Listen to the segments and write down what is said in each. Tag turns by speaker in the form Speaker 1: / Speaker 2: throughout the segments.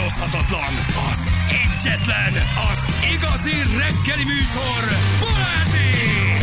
Speaker 1: utánozhatatlan, az egyetlen, az igazi reggeli műsor, Balázsék!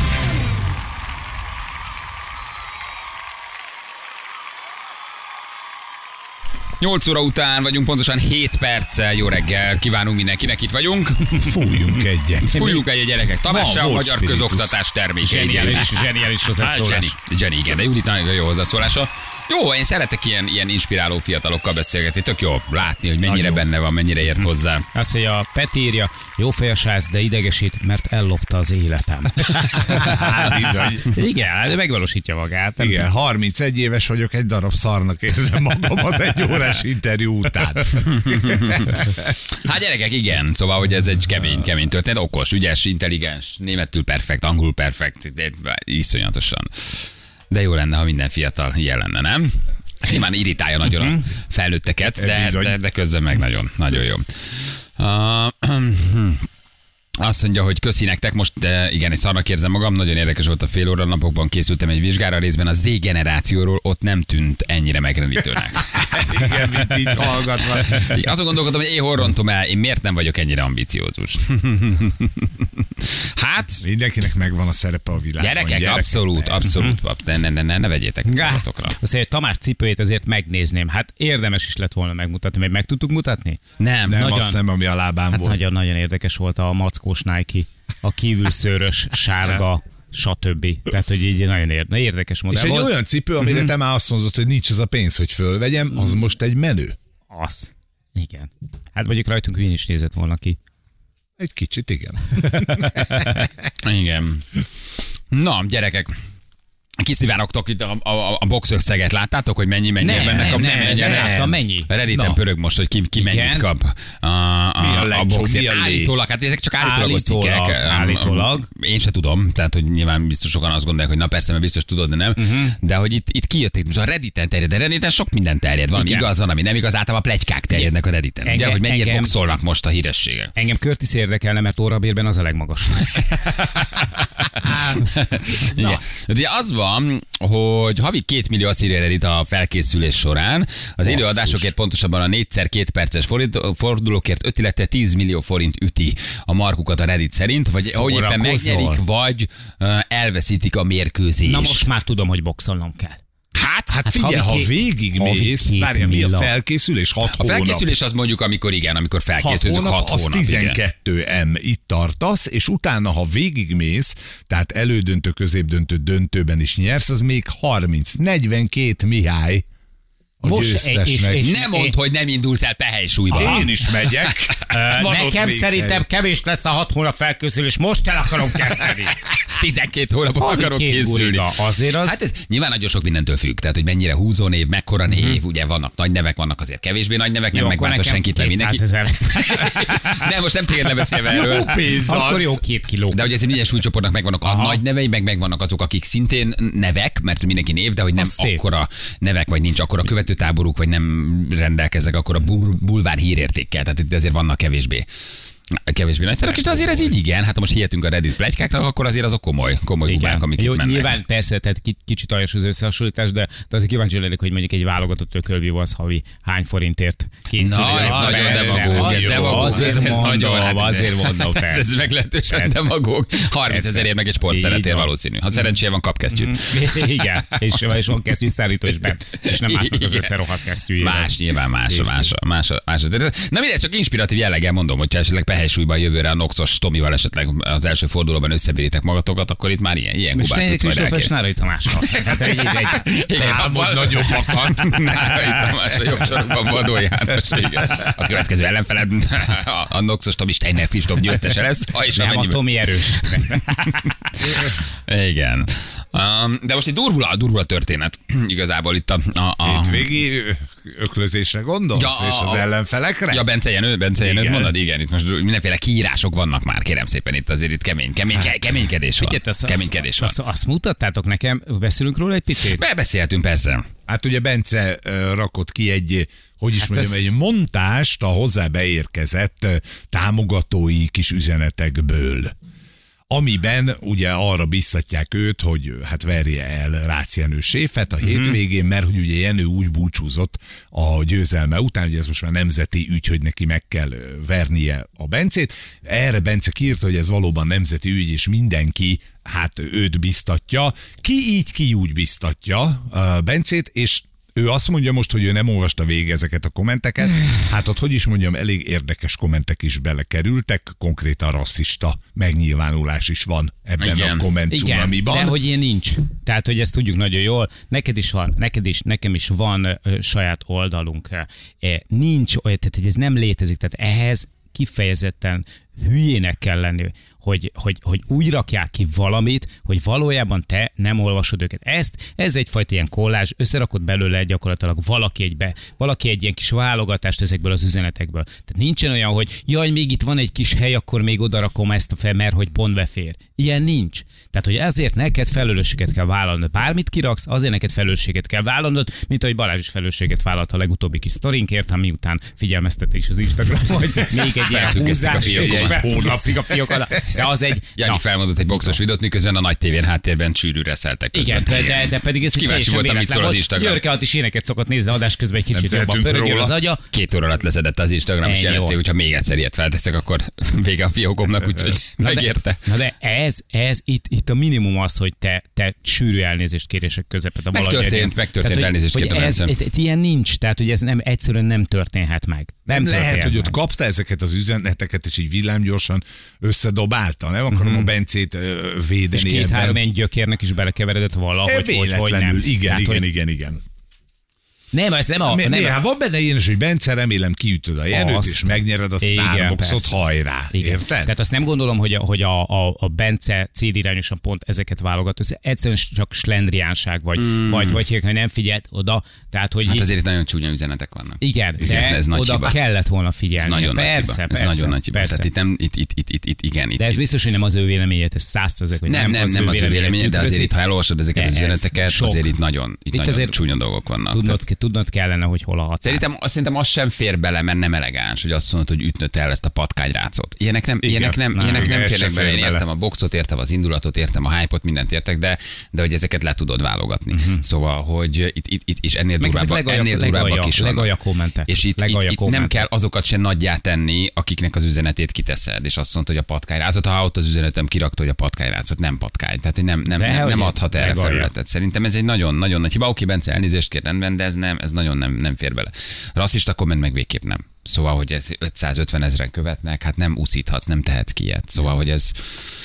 Speaker 2: 8 óra után vagyunk, pontosan 7 perccel. Jó reggelt kívánunk mindenkinek, itt vagyunk.
Speaker 3: Fújjunk egyet.
Speaker 2: Fújjunk egyet, gyerekek. Tamás a magyar közoktatás terméke.
Speaker 4: Zseniális hozzászólás.
Speaker 2: Zseni, igen, de Judit nagyon jó hozzászólása. Jó, én szeretek ilyen inspiráló fiatalokkal beszélgetni. Tök jó látni, hogy mennyire benne van, mennyire ért hozzá.
Speaker 4: Azt mondja, a Peti írja, jó fejesálsz, de idegesít, mert ellopta az életem.
Speaker 3: Bizony.
Speaker 4: Igen, de megvalósítja magát. Nem
Speaker 3: Igen, 31 éves vagyok, egy darab szarnak érzem magam az egy órás interjú után.
Speaker 2: Hát gyerekek, igen. Szóval, hogy ez egy kemény történet. Okos, ügyes, intelligens, németül perfekt, angolul perfekt, iszonyatosan. De jó lenne, ha minden fiatal ilyen lenne, nem? Ez nyilván irritálja nagyon a felnőtteket, de közben meg nagyon jó. Azt mondja, hogy köszi nektek, most igen, egy szarnak érzem magam, nagyon érdekes volt a fél óra, napokban készültem egy vizsgára, részben a Z generációról, ott nem tűnt ennyire megrendítőnek.
Speaker 3: Igen, mint így hallgatva.
Speaker 2: Azon gondolkodtam, hogy én hol rontom el, én miért nem vagyok ennyire ambiciózus. Hát...
Speaker 3: Mindenkinek megvan a szerepe a világban.
Speaker 2: Gyerekek, abszolút. Ne vegyétek magatokra.
Speaker 4: Azt mondja, Tamás cipőjét azért megnézném. Hát érdemes is lett volna megmutatni, mert meg tudtuk mutatni?
Speaker 2: Nem,
Speaker 3: Nem
Speaker 2: nagyon,
Speaker 3: azt nem, ami a lábán volt.
Speaker 4: Nagyon érdekes volt a mackós Nike, a kívülszőrös, sárga, stb. Tehát, hogy így nagyon érdekes modell
Speaker 3: és egy
Speaker 4: volt.
Speaker 3: olyan cipő, amire te már azt mondod, hogy nincs az a pénz, hogy fölvegyem, az most egy menő.
Speaker 4: Az. Igen. Hát mondjuk rajtunk hülyén is nézett volna ki.
Speaker 3: Egy kicsit, igen.
Speaker 2: Igen. Na, gyerekek. Kiszivárogtok itt a boxösszeget, láttátok, hogy mennyi mennek a
Speaker 4: mennyi?
Speaker 2: Redditen pörög most, hogy ki mennyit kap a boxért. Állítólag, hát ezek csak állítólagos cikkek.
Speaker 4: Állítólag.
Speaker 2: Én se tudom, tehát hogy nyilván biztos sokan azt gondolják, hogy na persze, mert biztos tudod, de nem. De hogy itt kijöttek, most a Redditen terjed, de Redditen sok minden terjed. Valami igaz, van, ami nem igaz, általában plegykák terjednek a Redditen. Ugye, hogy mennyire boxolnak most a hírességek.
Speaker 4: Engem Curtis érdekelne, mert órabérben az a legmagasabb.
Speaker 2: Ugye az van, hogy havi 2 millió asszír eredít a felkészülés során. Az élőadásokért, pontosabban a 4x2 perces fordulókért 5, illetve 10 millió forint üti a markukat a Reddit szerint, vagy ahogy éppen megnyerik, vagy elveszítik a mérkőzést.
Speaker 4: Na most már tudom, hogy boxolnom kell.
Speaker 3: Hát figyelj, ha végigmész, várjál, mi a felkészülés? 6 hónap.
Speaker 2: A felkészülés az mondjuk, amikor felkészülünk 6 hónap.
Speaker 3: Az 12M, itt tartasz, és utána, ha végigmész, tehát elődöntő, középdöntő, döntőben is nyersz, az még 30-42 Mihály.
Speaker 4: Most
Speaker 2: nem mondd, hogy nem indulsz el pehely-súlyba.
Speaker 3: Én is megyek.
Speaker 4: Nekem szerintem kevés lesz a 6 hónap felkészülés, most el akarom kezdeni.
Speaker 2: 12 hónapot akarok készülni.
Speaker 4: Azért az...
Speaker 2: Hát ez nyilván nagyon sok mindentől függ, tehát hogy mennyire húzó név, mekkora név, ugye vannak nagy nevek, vannak azért kevésbé nagy nevek, nem megváltva senkit, mert mindenki. De most nem téged lebeszélve erről.
Speaker 4: Akkor jó 2 kiló.
Speaker 2: De hogy ezért minden súlycsoportnak megvannak a nagy nevei, meg megvannak azok, akik szintén nevek, mert mindenki név, de hogy nem akkora nevek, vagy nincs akkora követőtáboruk, vagy nem rendelkeznek akkora bulvár hírértékkel, tehát itt azért vannak kevésbé nagy szerek, de azért ez így igen. Hát ha most hihetünk a Reddit pletykáknak, akkor azért azok komoly gubák, amik
Speaker 4: jó,
Speaker 2: itt mennek.
Speaker 4: Nyilván persze, tehát kicsit aljas az összehasonlítás, de azért kíváncsi lennék, hogy mondjuk egy válogatott ökölvívó az havi hány forintért készül.
Speaker 2: Na, ez nagyon demagóg.
Speaker 4: Azért mondom, persze.
Speaker 2: Ez meglehetősen demagóg. 30 000 meg egy sportszeretér valószínű. Ha szerencséje van, kap kesztyűt.
Speaker 4: Igen, és van kesztyűszállító is bent, és nem másnak az összerohadt kesztyűjére.
Speaker 2: Más, nyilván más. Na mindegy, csak inspiratív jelleggel mondom, hogyha esetleg pehely-súlyban jövőre a Noxos Tomival esetleg az első fordulóban összebíritek magatokat, akkor itt már ilyen gubát tudsz majd elkérni.
Speaker 4: Nárai Tamással.
Speaker 3: Álmod nagyobbakat.
Speaker 2: Nárai Tamás, a jobb sorokban Vadó János. A következő ellenfeled a Noxos Tomi Steiner Kristóf győztese lesz.
Speaker 4: Nem, a Tomi erős.
Speaker 2: Igen. De most egy durvula történet igazából itt a
Speaker 3: Hétvégi öklözésre gondolsz, és az ellenfelekre?
Speaker 2: Ja, Bence Jenőt mondod? Igen, itt most mindenféle kiírások vannak már, kérem szépen, itt azért itt keménykedés van. Keménykedés van.
Speaker 4: Azt mutattátok nekem, beszélünk róla egy picit?
Speaker 2: Beszélhetünk persze.
Speaker 3: Hát ugye Bence rakott ki egy, egy montást a hozzá beérkezett támogatói kis üzenetekből. amiben ugye arra biztatják őt, hogy hát verje el Rácz Jenő séfet a hétvégén, mert hogy ugye Jenő úgy búcsúzott a győzelme után, hogy ez most már nemzeti ügy, hogy neki meg kell vernie a Bencét. Erre Bence kiírta, hogy ez valóban nemzeti ügy, és mindenki hát őt biztatja. Ki úgy biztatja Bencét, és ő azt mondja most, hogy ő nem olvasta végig ezeket a kommenteket. Hát ott, hogy is mondjam, elég érdekes kommentek is belekerültek, konkrétan rasszista megnyilvánulás is van ebben a kommentcunamiban.
Speaker 4: De hogy ilyen nincs. Tehát, hogy ezt tudjuk nagyon jól. Neked is van, nekem is van saját oldalunk. Nincs olyan, tehát hogy ez nem létezik. Tehát ehhez kifejezetten hülyének kell lenni, hogy úgy rakják ki valamit, hogy valójában te nem olvasod őket. Ez egyfajta ilyen kollázs, összerakod belőle gyakorlatilag valaki egy ilyen kis válogatást ezekből az üzenetekből. Tehát nincsen olyan, hogy jaj, még itt van egy kis hely, akkor még oda rakom ezt a fel, mert hogy pont befér. Ilyen nincs. Tehát, hogy ezért neked felelősséget kell vállalnod. Bármit kiraksz, azért neked felelősséget kell vállalnod, mint ahogy Balázs is felelősséget vállalt a legutóbbi kis sztorinkért, ha miután figyelmeztetés az Instagram, hogy még egy ilyen húzás, a fiókokat. De az egy...
Speaker 2: Jani felmondott egy boxos videót, miközben a nagy tévén háttérben sűrűre szeltek közben.
Speaker 4: Igen, de pedig ez
Speaker 2: kíváncsi voltam, mit szól az Instagram.
Speaker 4: Jörke is éneket szokott nézni adás közben, egy kicsit jobban pörögél az agya.
Speaker 2: 2 óra alatt leszedett az Instagram, és jelezték, hogy ha még egyszer ilyet felteszek, akkor vége a fiókomnak, úgyhogy megérte.
Speaker 4: Na de ez itt a minimum az, hogy te sűrű elnézést kérések közepette.
Speaker 2: Megtörtént elnézést kértem.
Speaker 4: Ilyen nincs, tehát hogy ez egyszerűen nem történhet meg.
Speaker 3: Nem lehet, hogy ott kapta ezeket az üzeneteket, és így villámgyorsan összedobálta. Nem akarom a Bencét védeni.
Speaker 4: És 2-3 ilyen gyökérnek is belekeveredett valahogy, hogy nem.
Speaker 3: Igen.
Speaker 4: Nem, ez nem a...
Speaker 3: Néha van benne ilyen is, hogy Bence, remélem kiütöd a Jenőt, és megnyered a Starbucksot, hajrá. Érted?
Speaker 4: Tehát azt nem gondolom, hogy a Bence célirányosan pont ezeket válogat. Ez egyszerűen csak slendriánság, vagy hogy nem figyelt oda. Tehát, hogy
Speaker 2: hát azért itt nagyon csúnya üzenetek vannak.
Speaker 4: Igen, de ez oda hiba. Kellett volna figyelni.
Speaker 2: Ez nagyon persze, nagy hiba. Ez nagyon nagy hiba. Tehát itt.
Speaker 4: De ez biztos, hogy nem az ő véleménye, ez 100%, hogy
Speaker 2: nem az ő véleménye, de azért itt, ha elolvasod ezeket az üzeneteket, azért itt nagyon csúnya dolgok vannak.
Speaker 4: Tudnod kellene, hogy hol a határ.
Speaker 2: Szerintem az sem fér bele, mert nem elegáns, hogy azt mondod, hogy ütnöd el ezt a patkányrácot. Ilyenek nem férnek bele. Én értem a boxot, értem az indulatot, értem a hype-ot, mindent értek, de hogy ezeket le tudod válogatni. Szóval, hogy itt is ennél durvábbak is vannak. És itt nem kell azokat se nagyjá tenni, akiknek az üzenetét kiteszed. És azt mondod, hogy a patkányrácot, ha ott az üzenetem kirakta, hogy a patkányrácot, nem patkány. Tehát, hogy nem adhat erre felületet. Szerintem ez egy nagyon-nagyon nagy hiba. Oké, Bence, elnézést kér rendben, de ez nagyon nem fér bele. Rasszista komment meg végképp nem. Szóval, hogy 550 000 követnek, hát nem úszíthatsz, nem tehetsz ki ilyet. Szóval, hogy ez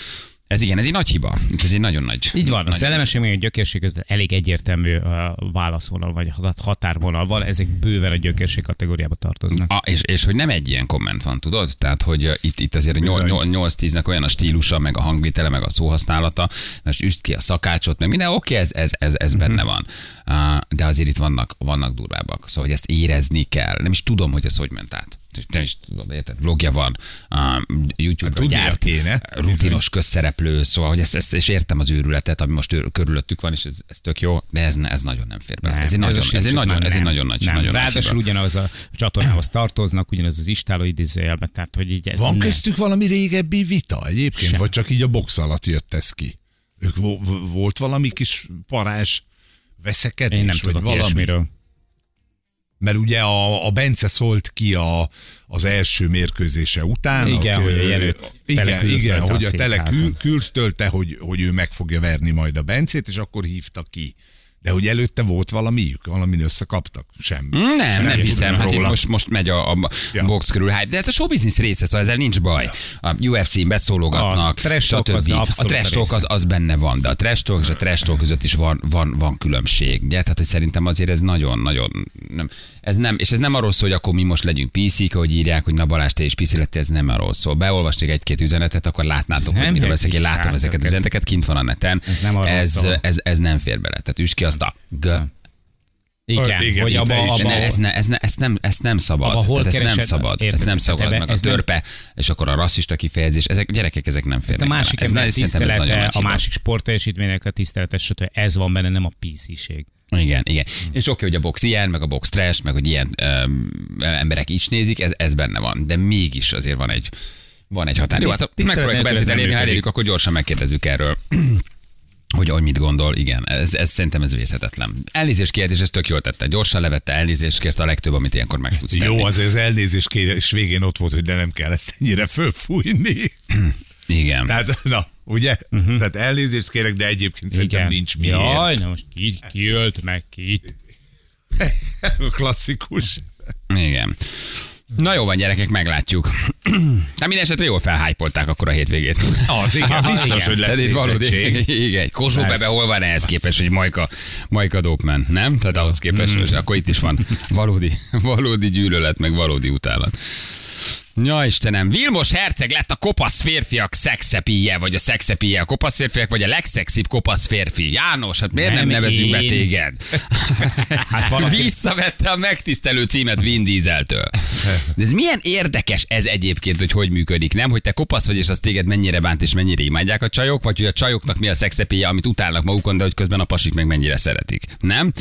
Speaker 2: egy nagy hiba. Ez egy nagyon nagy...
Speaker 4: Így van, a szellemesség még a gyökérség között elég egyértelmű válaszvonal, vagy határvonal van, ezek bőven a gyökérség kategóriába tartoznak.
Speaker 2: És hogy nem egy ilyen komment van, tudod? Tehát, hogy itt azért 8-10-nek olyan a stílusa, meg a hangvitele, meg a szóhasználata, most üst ki a szakácsot, meg minden, oké, ez benne van. De azért itt vannak durvábbak. Szóval, hogy ezt érezni kell. Nem is tudom, hogy ez hogy ment át. Nem is tudom, érted? Vlogja van, YouTube-ra gyárt, rutinos közszereplő, szóval, hogy ezt és értem az őrületet, ami most körülöttük van, és ez tök jó, de ez nagyon nem fér bele. Ez egy nagyon nagy.
Speaker 4: Ráadásul ugyanaz a csatornához tartoznak, ugyanaz az istálói idézőjelben, tehát hogy így ez
Speaker 3: van köztük valami régebbi vita egyébként, sem. Vagy csak így a box alatt jött ez ki? Volt valami kis parázs veszekedés?
Speaker 4: Én nem tudok ilyesmiről.
Speaker 3: Mert ugye a Bence szólt ki az első mérkőzése után.
Speaker 4: Igen, hogy a Jenő
Speaker 3: igen, hogy a Tele küldtölte, hogy ő meg fogja verni majd a Bencét, és akkor hívta ki. De hogy előtte volt valamiük? Valamin összekaptak? Semmi.
Speaker 2: Nem hiszem. Hát itt most megy a box körül hype. De ez a showbiznisz része, szóval ezzel nincs baj. A UFC-n beszólogatnak, stb. A trash talk az benne van, de a trash talk és a trash talk között is van különbség. Ugye? Tehát, hogy szerintem azért ez nagyon-nagyon... És ez nem arról szól, hogy akkor mi most legyünk PC-k, hogy írják, hogy na Balázs, te is PC lettél, ez nem arról szól. Beolvasnék egy-két üzenetet, akkor látnátok, hogy miről beszélek. Én látom ezeket az üzeneteket, kint van a neten. Ez nem fér bele. Tehát üss ki azt a
Speaker 4: Igen, hogy
Speaker 2: ezt nem szabad. Ez nem szabad, meg a törpe, és akkor a rasszista kifejezés, ezek gyerekek, ezek nem férnek.
Speaker 4: A másik ember tisztelete, a másik sportteljesítménynek a tisztelete, stb. Ez van benne, nem a PC-ség.
Speaker 2: Igen. És oké, hogy a box ilyen, meg a box trash, meg hogy ilyen emberek is nézik, ez benne van. De mégis azért van egy Van egy határ. Jó, hát megpróbáljuk Bencét elérni, ha elérjük, akkor gyorsan megkérdezzük erről. Hogy mit gondol, igen, ez szerintem ez védhetetlen. Elnézést kért, és ez tök jól tette. Gyorsan levette, elnézést kért, a legtöbb, amit ilyenkor meg tudsz tenni.
Speaker 3: Jó, azért az elnézést kért, és végén ott volt, hogy de nem kell ezt ennyire fölfújni.
Speaker 2: Igen.
Speaker 3: Tehát, na, ugye? Tehát elnézést kérek, de egyébként szerintem nincs miért.
Speaker 4: Jaj, na most ki ölt meg kit?
Speaker 3: Klasszikus.
Speaker 2: Igen. Na jó van, gyerekek, meglátjuk. Hát minden esetre jól felhájpolták akkor a hétvégét.
Speaker 3: Az igen, biztos, hogy lesz nézettség.
Speaker 2: Igen, Kossuth Bebe hol van ehhez képest, hogy Majka Dopman, nem? Tehát ahhoz képest, hogy akkor itt is van valódi gyűlölet, meg valódi utálat. Ja, Istenem, Vilmos herceg lett a kopasz férfiak szexepíje, vagy a szexepíje a kopasz férfiak, vagy a legszexibb kopasz férfi. János, hát miért nem nevezünk be téged? Hát visszavette a megtisztelő címet Vin Dieseltől. De ez milyen érdekes ez egyébként, hogy működik, nem? Hogy te kopasz vagy, és az téged mennyire bánt, és mennyire imádják a csajok, vagy hogy a csajoknak mi a szexepíje, amit utálnak magukon, de hogy közben a pasik meg mennyire szeretik, nem?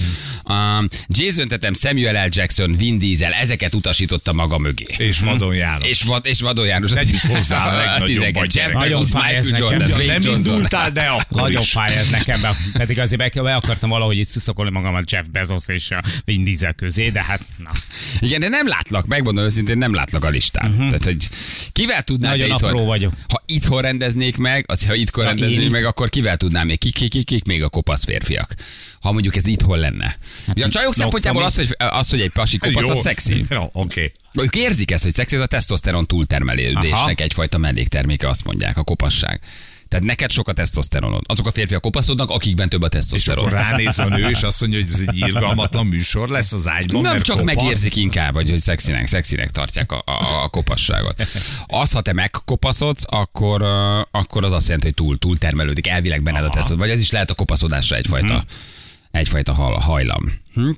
Speaker 2: Jason Tatum, Samuel L. Jackson, Vin Diesel, ezeket utasította maga mögé.
Speaker 3: És Vadon János.
Speaker 2: És Vadon János.
Speaker 3: Tegyük hozzá a legnagyobb a gyerek.
Speaker 4: Nagyon fáj ez nekem.
Speaker 3: Nem indultál, de akkor
Speaker 4: nagyon
Speaker 3: is.
Speaker 4: fáj ez nekem, pedig azért be akartam valahogy itt szuszakolni magamat Jeff Bezos és a Vin Diesel közé, de hát na.
Speaker 2: Igen, de nem látlak, megmondom őszintén, nem látlak a listán. Tehát, hogy kivel tudnál
Speaker 4: nagyon
Speaker 2: itthon,
Speaker 4: apró vagyok.
Speaker 2: Ha itthon rendeznék meg, akkor kivel tudnám még, kik még a kopasz férfiak? Ha mondjuk ez itthon lenne. Ugye a csajok szempontjából az, hogy egy pasi kopasz, az szexi.
Speaker 3: Jó, oké.
Speaker 2: Ők érzik ezt, hogy szexi, ez a tesztoszteron túltermelődésnek egyfajta mellékterméke, azt mondják, a kopasság. Tehát neked sok a tesztoszteronod. Azok a férfiak kopaszodnak, akikben több a
Speaker 3: És
Speaker 2: tesztoszteron.
Speaker 3: akkor ránéz a nő, és azt mondja, hogy ez egy irgalmatlan műsor lesz az ágyban,
Speaker 2: Nem
Speaker 3: mert
Speaker 2: csak
Speaker 3: kopasz.
Speaker 2: megérzik inkább, hogy szexinek tartják a kopasságot. Az, ha te megkopaszodsz, akkor az azt jelenti, hogy túl termelődik elvileg benned a tesztoszteron. Vagy ez is lehet a kopaszodásra egyfajta hajlam.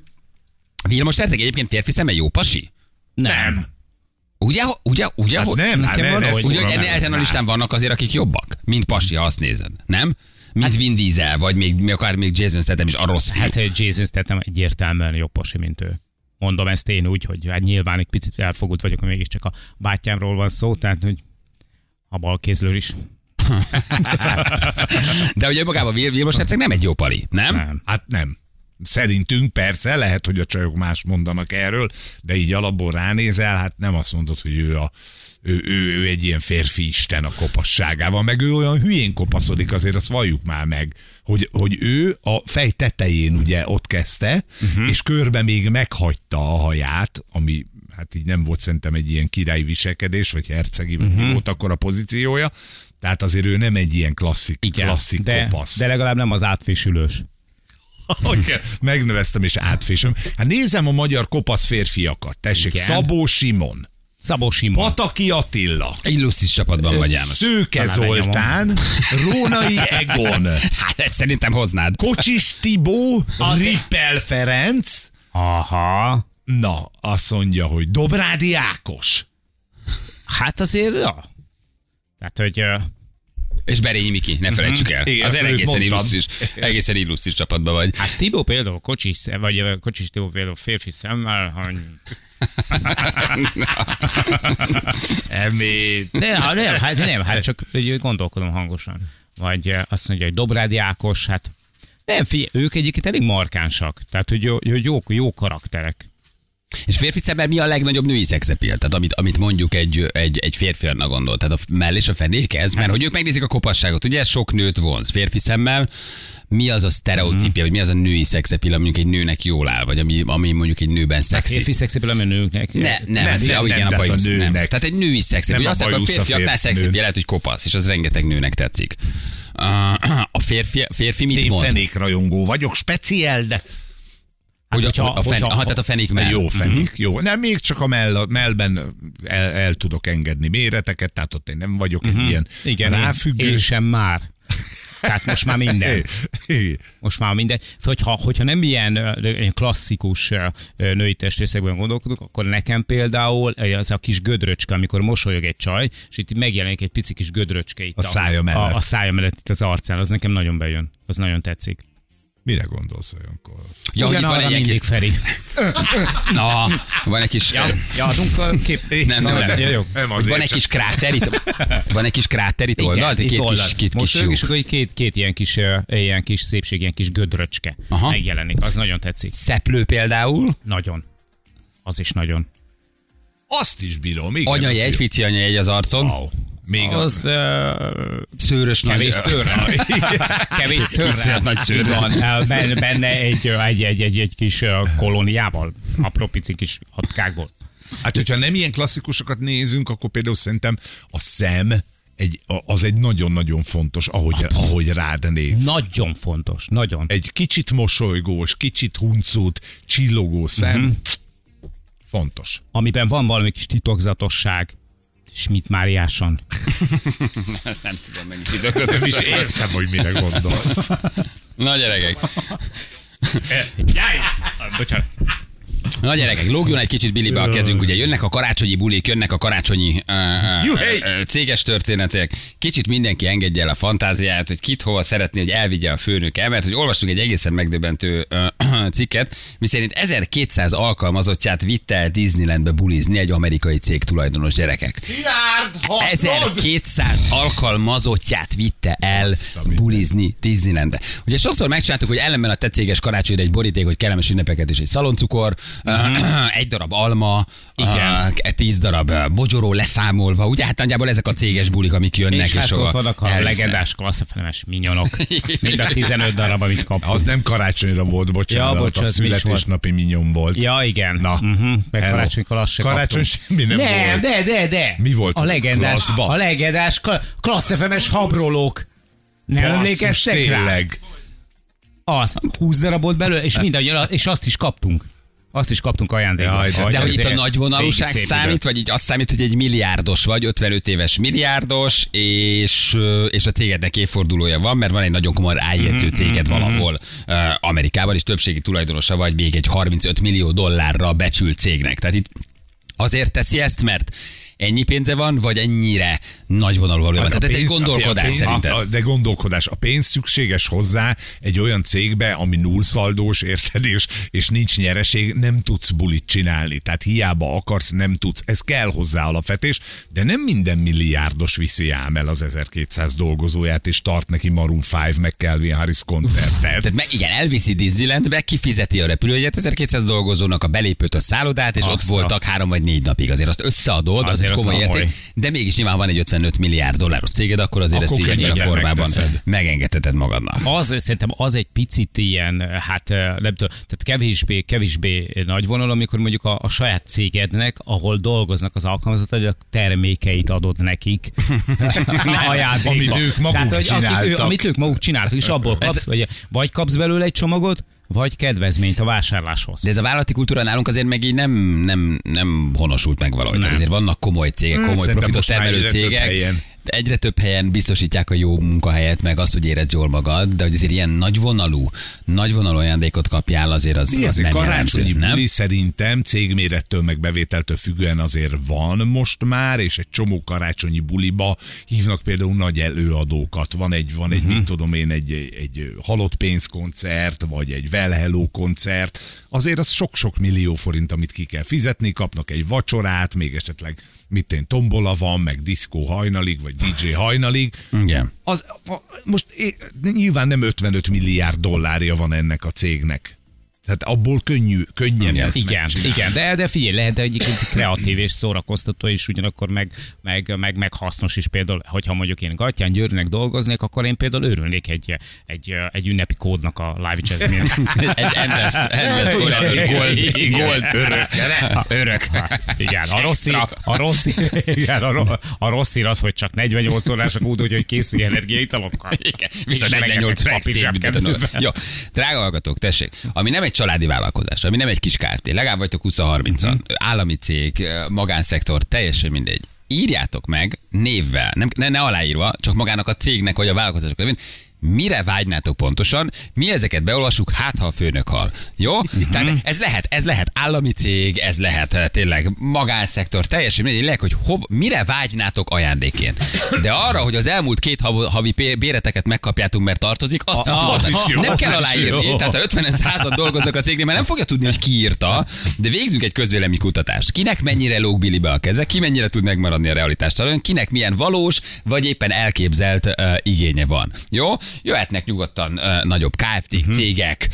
Speaker 2: Vilmos herceg egyébként férfi szemmel jó pasi?
Speaker 4: Nem.
Speaker 2: Ugye?
Speaker 3: Hát nem,
Speaker 2: Ugye, hogy ezen a listán vannak azért, akik jobbak, mint pasi, ha azt nézed. Nem? Mint Vin Diesel, vagy akár még Jason Statham is a rossz fiú.
Speaker 4: Hát Jason Statham egyértelműen jobb pasi, mint ő. Mondom ezt én úgy, hogy hát nyilván egy picit elfogult vagyok, hogy mégiscsak a bátyámról van szó, tehát hogy a balkézlő is.
Speaker 2: De ugye magában Vilmos herceg nem egy jó pali, nem?
Speaker 3: Hát nem. Szerintünk persze, lehet, hogy a csajok más mondanak erről, de így alapból ránézel, hát nem azt mondod, hogy ő egy ilyen férfi isten a kopasságával, meg ő olyan hülyén kopaszodik, azért azt valljuk már meg, hogy ő a fej tetején ugye ott kezdte, és körbe még meghagyta a haját, ami hát így nem volt szerintem egy ilyen királyi viselkedés, vagy hercegi, volt akkor a pozíciója, tehát azért ő nem egy ilyen klasszik kopasz.
Speaker 4: De legalább nem az átfésülős.
Speaker 3: Okay. Megnöveztem és átfésem. Hát nézem a magyar kopasz férfiakat. Tessék,
Speaker 4: Igen.
Speaker 3: Szabó Simon, Pataki Attila,
Speaker 2: Illusztris csapatban vagy, János.
Speaker 3: Szőke Zoltán, Rónai Egon,
Speaker 2: Hát ezt szerintem hoznád.
Speaker 3: Kocsis Tibó, Rippel Ferenc,
Speaker 4: Aha.
Speaker 3: na, azt mondja, hogy Dobrádi Ákos.
Speaker 4: Hát azért, ja. Tehát, hogy...
Speaker 2: És Berényi Miki, ne felejtsük el.
Speaker 3: Igen,
Speaker 2: Azért
Speaker 3: őt
Speaker 2: egészen illusztris csapatban vagy.
Speaker 4: Hát Tibó például Kocsis Tibó például férfi szemmel, hogy...
Speaker 3: Emét.
Speaker 4: Hát csak gondolkodom hangosan. Vagy azt mondja, hogy Dobrádi Ákos, hát nem, figyelj, ők egyébként elég markánsak. Tehát, hogy jó karakterek.
Speaker 2: És férfi szemmel mi a legnagyobb női szexepél? Tehát amit mondjuk egy férfi annak gondol. Tehát a mell és a fenék ez, mert hogy ők megnézik a kopasságot. Ugye ez sok nőt vonz. Férfi szemmel mi az a sztereotípia, vagy mi az a női szexepél, ami mondjuk egy nőnek jól áll, vagy ami mondjuk egy nőben szexi?
Speaker 4: Férfi szexepél, ami a nőknek.
Speaker 2: Nem, a bajusz, nem. Tehát egy női szexepél. Azt mondja, a férfiaknál szexepél lehet, hogy kopasz, és az rengeteg nőnek tetszik. A férfi mit mond?
Speaker 3: Én fenékrajongó vagyok, speciál, de...
Speaker 2: Tehát a fenék mell.
Speaker 3: Jó fenék, jó. Nem, még csak a mellben el tudok engedni méreteket, tehát ott én nem vagyok egy ilyen ráfüggő.
Speaker 4: Én sem már. Tehát most már minden. Most már minden. Hogyha nem ilyen klasszikus női testrészekben gondolkodunk, akkor nekem például az a kis gödröcske, amikor mosolyog egy csaj, és itt megjelenik egy pici kis gödröcske itt
Speaker 3: a szája mellett.
Speaker 4: A szája mellett itt az arcán, az nekem nagyon bejön. Az nagyon tetszik.
Speaker 3: Mire gondolsz olyankor?
Speaker 2: Ja, hogy itt van egy
Speaker 4: mindig,
Speaker 2: kis...
Speaker 4: Feri.
Speaker 2: Na, van egy kis...
Speaker 4: Ja, adunk kép.
Speaker 2: Nem.
Speaker 4: Jó.
Speaker 2: Van egy kis kráter itt. Van egy kis kráter itt oldalt, két
Speaker 4: most
Speaker 2: kis
Speaker 4: ők is, hogy két ilyen kis szépség, ilyen kis gödröcske megjelenik. Az nagyon tetszik.
Speaker 2: Szeplő például.
Speaker 4: Nagyon. Az is nagyon.
Speaker 3: Azt is bírom, igen.
Speaker 2: Anyajegy, pici anyajegy az arcon.
Speaker 3: Wow. Még
Speaker 4: az
Speaker 2: szőrös
Speaker 4: kevés
Speaker 2: nagy...
Speaker 4: szőrrel. Kevés szőrrel.
Speaker 2: Nagy szőr.
Speaker 4: Van benne egy kis kolóniával. Apró pici kis hatkákból.
Speaker 3: Hát, hogyha nem ilyen klasszikusokat nézünk, akkor például szerintem a szem az egy nagyon-nagyon fontos, ahogy rád néz.
Speaker 4: Nagyon fontos, nagyon.
Speaker 3: Egy kicsit mosolygós, kicsit huncut, csillogó szem. Fontos.
Speaker 4: Amiben van valami kis titokzatosság. Schmidt Máriáson.
Speaker 2: Ezt nem tudom meg.
Speaker 3: Nem is értem, hogy mire gondolsz.
Speaker 2: Na gyerekek.
Speaker 4: Jaj! Bocsánat.
Speaker 2: Na gyerekek, lógjon egy kicsit Billybe a kezünk, ugye jönnek a karácsonyi bulik, jönnek a karácsonyi céges történetek, kicsit mindenki engedje el a fantáziáját, hogy kit hova szeretné, hogy elvigye a főnök el, mert hogy olvastunk egy egészen megdöbbentő cikket, miszerint 1200 alkalmazottját vitte el Disneylandbe bulizni egy amerikai cég tulajdonos, gyerekek.
Speaker 3: Szilárd,
Speaker 2: 1200 alkalmazottját vitte el bulizni Disneylandbe. Ugye sokszor megcsináltuk, hogy ellenben a te céges karácsonyra egy boríték, hogy kellemes ünnepeket és egy szaloncukor, egy darab alma, 10 darab mogyoró leszámolva, ugye hát nagyjából ezek a céges bulik, amik jönnek.
Speaker 4: És hát ott vannak a legendás klasszafelemes minyonok. Mind a 15 darab, amit kaptunk.
Speaker 3: Az nem karácsonyra volt, bocsánat, a születésnapi minyon volt.
Speaker 4: Ja, igen.
Speaker 3: Na,
Speaker 4: meg karácsonykor azt se
Speaker 3: karácsony
Speaker 4: kaptunk.
Speaker 3: semmi nem volt.
Speaker 4: De.
Speaker 3: Mi volt
Speaker 4: a legendás klasszafelemes habrolók. Nem emlékeztek rá?
Speaker 3: Tényleg.
Speaker 4: Az, 20 darabot belőle, és azt is kaptunk. Azt is kaptunk ajándékba.
Speaker 2: De hogy itt a nagyvonalúság számít, vagy így azt számít, hogy egy milliárdos vagy, 55 éves milliárdos, és a cégednek évfordulója van, mert van egy nagyon komoly ájegyző céged valahol Amerikában, és többségi tulajdonosa vagy még egy 35 millió dollárra becsült cégnek. Tehát itt azért teszi ezt, mert ennyi pénze van, vagy ennyire nagyvonalú valójában? Tehát ez egy gondolkodás szerintem.
Speaker 3: De gondolkodás. A pénz szükséges hozzá egy olyan cégbe, ami nullszaldós, érted, és nincs nyereség, nem tudsz bulit csinálni. Tehát hiába akarsz, nem tudsz. Ez kell hozzá alapvetés, de nem minden milliárdos viszi ám el az 1200 dolgozóját, és tart neki Maroon 5 meg Calvin Harris koncertet.
Speaker 2: Tehát igen, elviszi Disneylandbe, kifizeti a repülőjegyet 1200 dolgozónak, a belépőt, a szállodát, és ott voltak 3 vagy 4 napig. Azért azt összeadod, az egy komoly érték, de mégis nyilván van egy 55 milliárd dolláros céged, akkor azért ezt így a formában megengedheted magadnak.
Speaker 4: Szerintem az egy picit ilyen, hát nem tudom, tehát kevésbé nagy vonal, amikor mondjuk a saját cégednek, ahol dolgoznak az alkalmazottak, a termékeit adod nekik.
Speaker 3: Amit ők maguk csináltak.
Speaker 4: Amit ők maguk csináltak, és abból kapsz, vagy kapsz belőle egy csomagot, vagy kedvezményt a vásárláshoz.
Speaker 2: De ez a vállalati kultúra nálunk azért meg így nem honosult meg valahogy. Tehát azért vannak komoly cégek, komoly profitot termelő cégek. Egyre több helyen biztosítják a jó munkahelyet, meg azt, hogy érezd jól magad, de hogy azért ilyen nagyvonalú ajándékot kapjál, azért az nem
Speaker 3: karácsonyi buli szerintem cégmérettől meg bevételtől függően azért van most már, és egy csomó karácsonyi buliba hívnak például nagy előadókat. Van egy mit tudom én, egy halott pénzkoncert, vagy egy Well Hello koncert. Azért az sok-sok millió forint, amit ki kell fizetni, kapnak egy vacsorát, még esetleg tombola van, meg diszkó hajnalig, vagy DJ hajnalig.
Speaker 2: Igen.
Speaker 3: Most nyilván nem 55 milliárd dollárja van ennek a cégnek. Tehát abból könnyen lesz.
Speaker 4: Igen, de figyelj, lehet egyébként kreatív és szórakoztató, és ugyanakkor meg hasznos is. Például, hogyha mondjuk én Gattyán Győrnek dolgoznék, akkor én például örülnék egy ünnepi kódnak a live jazz-nél.
Speaker 2: Egy endless gold örök.
Speaker 4: Igen, a rossz hír az, hogy csak 48 órás a kód, hogy készülj energiaitalokkal.
Speaker 2: Igen, viszont 48 órás. Jó, drága hallgatók, tessék, ami nem egy családi vállalkozás, ami nem egy kis Kft. Legalább vagytok 20-30-an, állami cég, magánszektor, teljesen mindegy. Írjátok meg névvel, ne aláírva, csak magának a cégnek vagy a vállalkozások nevén, Mire vágynátok pontosan? Mi ezeket beolvassuk, hát ha a főnök hal. Jó? Tehát ez lehet állami cég, ez lehet tényleg magánszektor, teljesen mindegy, hogy mire vágynátok ajándékként. De arra, hogy az elmúlt 2 havi béreteket megkapjátok, mert tartozik, azt is nem kell aláírni. Tehát ha 50 század dolgoznak a cégnél, mert nem fogja tudni, hogy ki írta, de végzünk egy közvélemény kutatást. Kinek mennyire lóg Billybe a keze, ki mennyire tud megmaradni a realitástól, kinek milyen valós, vagy éppen elképzelt igénye van. Jó? Jöhetnek nyugodtan nagyobb Kft. Cégek,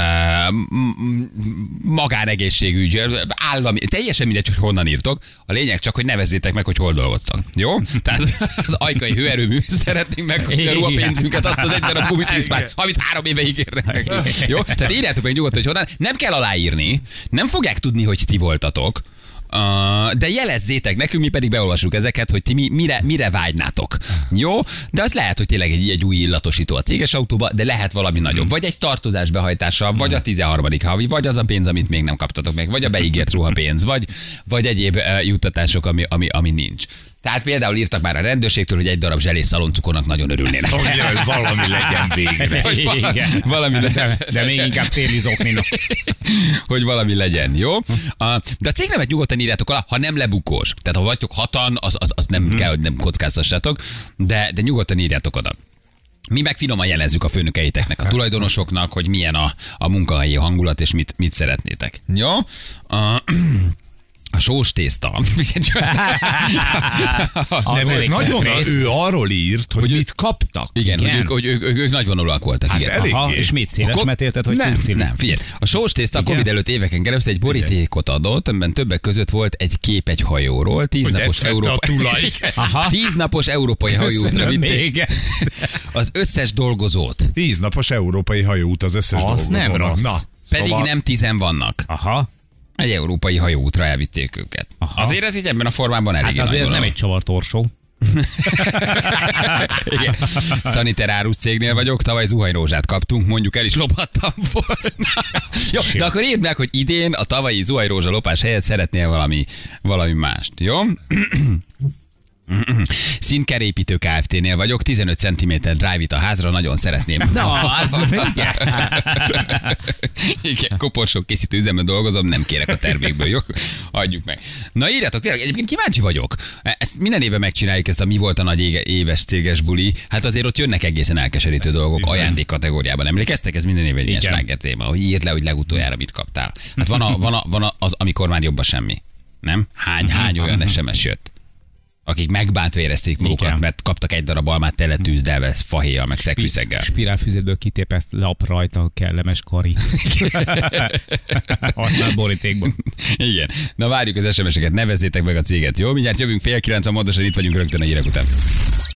Speaker 2: magánegészségügy, állami, teljesen mindegy, hogy honnan írtok. A lényeg csak, hogy nevezzétek meg, hogy hol dolgoztak. Jó? Tehát az ajkai hőerőmű szeretnénk megkapni a ruhapénzünket, azt az egy darab gumitrismát, amit 3 éve ígérnek. Jó? Tehát írjátok meg nyugodtan, hogy honnan. Nem kell aláírni, nem fogják tudni, hogy ti voltatok. De jelezzétek nekünk, mi pedig beolvassuk ezeket, hogy ti mire vágynátok. Jó? De az lehet, hogy tényleg egy új illatosító a céges autóba, de lehet valami nagyobb. Vagy egy tartozás behajtása, vagy a 13. havi, vagy az a pénz, amit még nem kaptatok meg, vagy a beígért ruhapénz, vagy egyéb juttatások, ami nincs. Tehát például írtak már a rendőrségtől, hogy egy darab zselés szaloncukornak nagyon örülnének.
Speaker 3: Hogy valami legyen végre.
Speaker 2: Valami legyen.
Speaker 4: De még inkább téli zokninak.
Speaker 2: Hogy valami legyen, jó? De a cégnevet nyugodtan írjátok alá, ha nem lebukós. Tehát ha vagytok 6-an, az nem kell, hogy nem kockáztassátok, de nyugodtan írjátok oda. Mi meg finoman jelezzük a főnökeiteknek, a tulajdonosoknak, hogy milyen a munkahelyi hangulat, és mit szeretnétek. Jó? A sós tészta.
Speaker 3: Nem, nagyon ő arról írt, hogy mit kaptak.
Speaker 2: Igen. Hogy ők nagyvonalúak voltak.
Speaker 3: Hát
Speaker 2: igen.
Speaker 4: Aha, és mit színes, mert érted, hogy
Speaker 2: nem, figyelj. A sós tészta a Covid előtt éveken keresztül egy borítékot adott, amiben többek között volt egy kép egy hajóról, 10 napos európai hajóútra vitték az összes dolgozót.
Speaker 3: 10 napos európai hajóút az összes dolgozónak.
Speaker 4: Nem rossz.
Speaker 3: Na,
Speaker 2: Pedig nem 10 vannak.
Speaker 4: Aha.
Speaker 2: Egy európai hajóútra elvitték őket. Aha. Azért ez így ebben a formában elég.
Speaker 4: Hát azért ez nem egy csavartorsó.
Speaker 2: Igen. Szaniter árus cégnél vagyok, tavaly zuhanyrózsát kaptunk, mondjuk el is lophattam volna. Jó, de akkor írd meg, hogy idén a tavalyi zuhanyrózsa lopás helyett szeretnél valami mást, jó? Színkerépítő Kft-nél vagyok, 15 cm drive-it a házra, nagyon szeretném. Igen, koporsók készítő üzemben dolgozom, nem kérek a termékből, jó? Adjuk meg. Na írjátok, tényleg, egyébként kíváncsi vagyok. Ezt minden évben megcsináljuk, ezt a mi volt a nagy éves céges buli. Hát azért ott jönnek egészen elkeserítő dolgok ajándék kategóriában. Emlékeztek? Ez minden évben egy ilyen sláger téma, hogy írd le, hogy legutoljára mit kaptál. Hát van az, amikor már jobb a semmi. Nem? Hány olyan SMS jött? Akik megbántva érezték magukat, mert kaptak egy darab almát tele tűzdelve, fahéjjal, meg szegfűszeggel.
Speaker 4: Spirálfüzetből kitépett lap rajta, kellemes kari. Használt borítékból.
Speaker 2: Igen. Na várjuk az SMS-eket, nevezzétek meg a céget, jó? Mindjárt jövünk 8:30, pontosan itt vagyunk rögtön a hírek után.